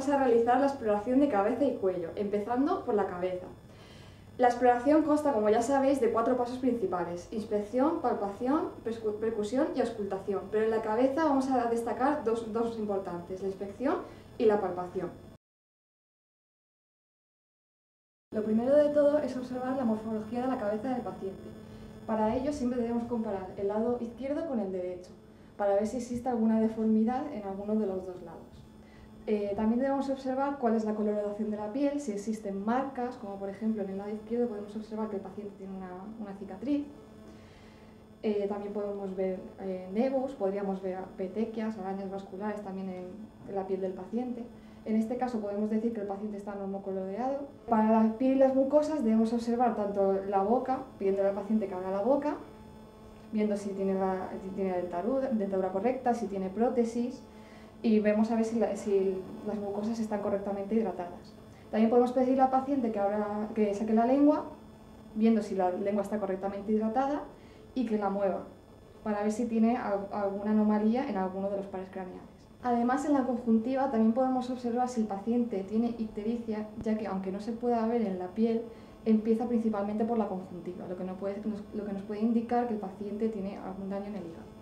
vamos a realizar la exploración de cabeza y cuello, empezando por la cabeza. La exploración consta, como ya sabéis, de 4 pasos principales: inspección, palpación, percusión y auscultación. Pero en la cabeza vamos a destacar dos importantes: la inspección y la palpación. Lo primero de todo es observar la morfología de la cabeza del paciente. Para ello siempre debemos comparar el lado izquierdo con el derecho, para ver si existe alguna deformidad en alguno de los dos lados. También debemos observar cuál es la coloración de la piel, si existen marcas, como por ejemplo en el lado izquierdo podemos observar que el paciente tiene una cicatriz. También podemos ver nevos, podríamos ver petequias, arañas vasculares también en la piel del paciente. En este caso podemos decir que el paciente está normocoloreado. Para la piel y las mucosas debemos observar tanto la boca, pidiéndole al paciente que abra la boca, viendo si tiene dentadura correcta, si tiene prótesis, y vemos a ver si las mucosas están correctamente hidratadas. También podemos pedirle al paciente que saque la lengua, viendo si la lengua está correctamente hidratada, y que la mueva, para ver si tiene alguna anomalía en alguno de los pares craneales. Además, en la conjuntiva también podemos observar si el paciente tiene ictericia, ya que aunque no se pueda ver en la piel, empieza principalmente por la conjuntiva, lo que nos puede indicar que el paciente tiene algún daño en el hígado.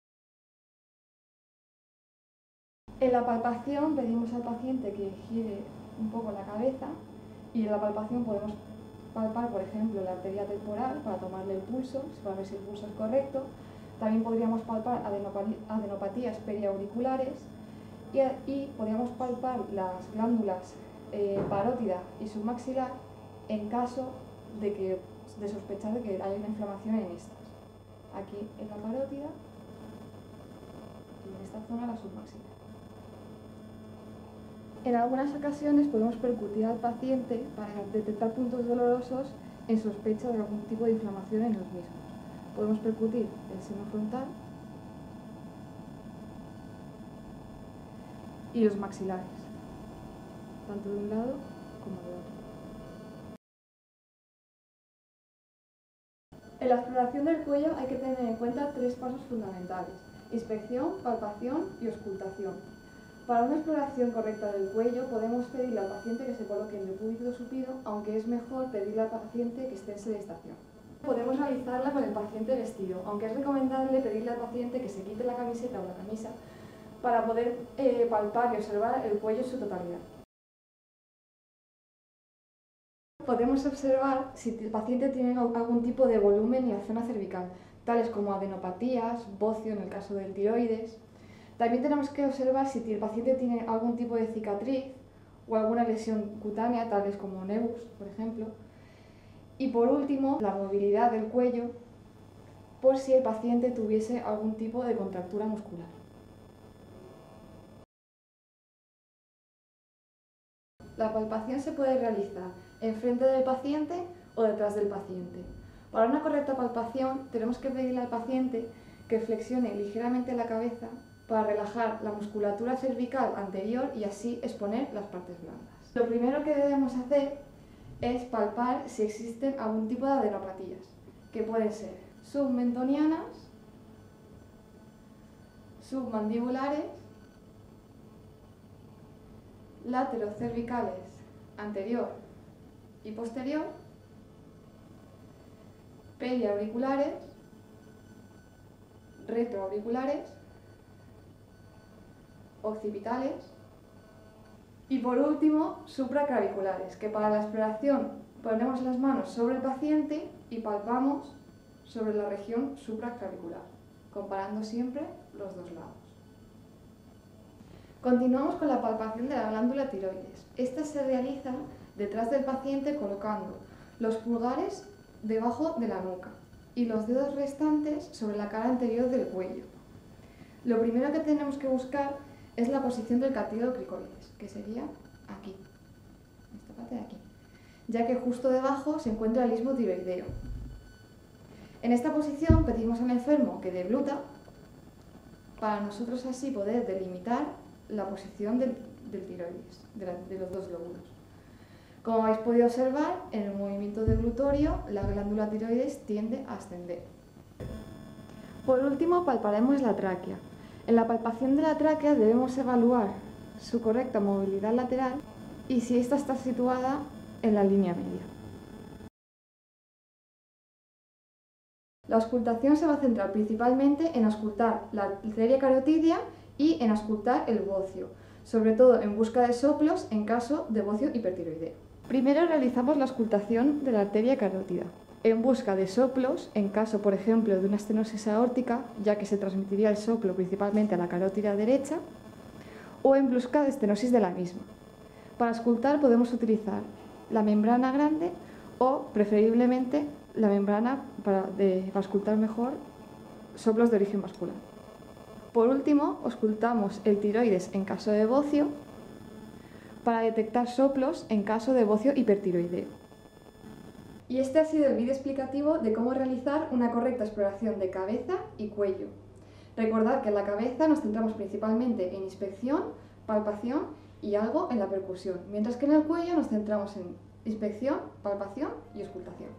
En la palpación pedimos al paciente que gire un poco la cabeza, y en la palpación podemos palpar, por ejemplo, la arteria temporal para tomarle el pulso, para ver si el pulso es correcto. También podríamos palpar adenopatías periauriculares y podríamos palpar las glándulas parótida y submaxilar en caso de sospechar de que haya una inflamación en estas. Aquí en la parótida y en esta zona la submaxilar. En algunas ocasiones podemos percutir al paciente para detectar puntos dolorosos en sospecha de algún tipo de inflamación en los mismos. Podemos percutir el seno frontal y los maxilares, tanto de un lado como de otro. En la exploración del cuello hay que tener en cuenta 3 pasos fundamentales: inspección, palpación y auscultación. Para una exploración correcta del cuello podemos pedirle al paciente que se coloque en decúbito supino, aunque es mejor pedirle al paciente que esté en sedestación. Podemos realizarla con el paciente vestido, aunque es recomendable pedirle al paciente que se quite la camiseta o la camisa para poder palpar y observar el cuello en su totalidad. Podemos observar si el paciente tiene algún tipo de volumen en la zona cervical, tales como adenopatías, bocio en el caso del tiroides. También tenemos que observar si el paciente tiene algún tipo de cicatriz o alguna lesión cutánea, tales como nevus, por ejemplo. Y por último, la movilidad del cuello, por si el paciente tuviese algún tipo de contractura muscular. La palpación se puede realizar enfrente del paciente o detrás del paciente. Para una correcta palpación tenemos que pedirle al paciente que flexione ligeramente la cabeza para relajar la musculatura cervical anterior y así exponer las partes blandas. Lo primero que debemos hacer es palpar si existen algún tipo de adenopatías, que pueden ser submentonianas, submandibulares, laterocervicales anterior y posterior, periauriculares, retroauriculares, occipitales y por último supraclaviculares, que para la exploración ponemos las manos sobre el paciente y palpamos sobre la región supraclavicular, comparando siempre los dos lados. Continuamos con la palpación de la glándula tiroides. Esta se realiza detrás del paciente colocando los pulgares debajo de la nuca y los dedos restantes sobre la cara anterior del cuello. Lo primero que tenemos que buscar es la posición del cartílago cricoides, que sería aquí, esta parte de aquí, ya que justo debajo se encuentra el istmo tiroideo. En esta posición pedimos al enfermo que degluta para nosotros así poder delimitar la posición del tiroides, de los dos lóbulos. Como habéis podido observar, en el movimiento deglutorio la glándula tiroides tiende a ascender. Por último, palparemos la tráquea. En la palpación de la tráquea debemos evaluar su correcta movilidad lateral y si ésta está situada en la línea media. La auscultación se va a centrar principalmente en auscultar la arteria carotidia y en auscultar el bocio, sobre todo en busca de soplos en caso de bocio hipertiroideo. Primero realizamos la auscultación de la arteria carótida, en busca de soplos en caso, por ejemplo, de una estenosis aórtica, ya que se transmitiría el soplo principalmente a la carótida derecha, o en busca de estenosis de la misma. Para auscultar podemos utilizar la membrana grande o, preferiblemente, la membrana para auscultar mejor soplos de origen vascular. Por último, auscultamos el tiroides en caso de bocio para detectar soplos en caso de bocio hipertiroideo. Y este ha sido el vídeo explicativo de cómo realizar una correcta exploración de cabeza y cuello. Recordad que en la cabeza nos centramos principalmente en inspección, palpación y algo en la percusión, mientras que en el cuello nos centramos en inspección, palpación y auscultación.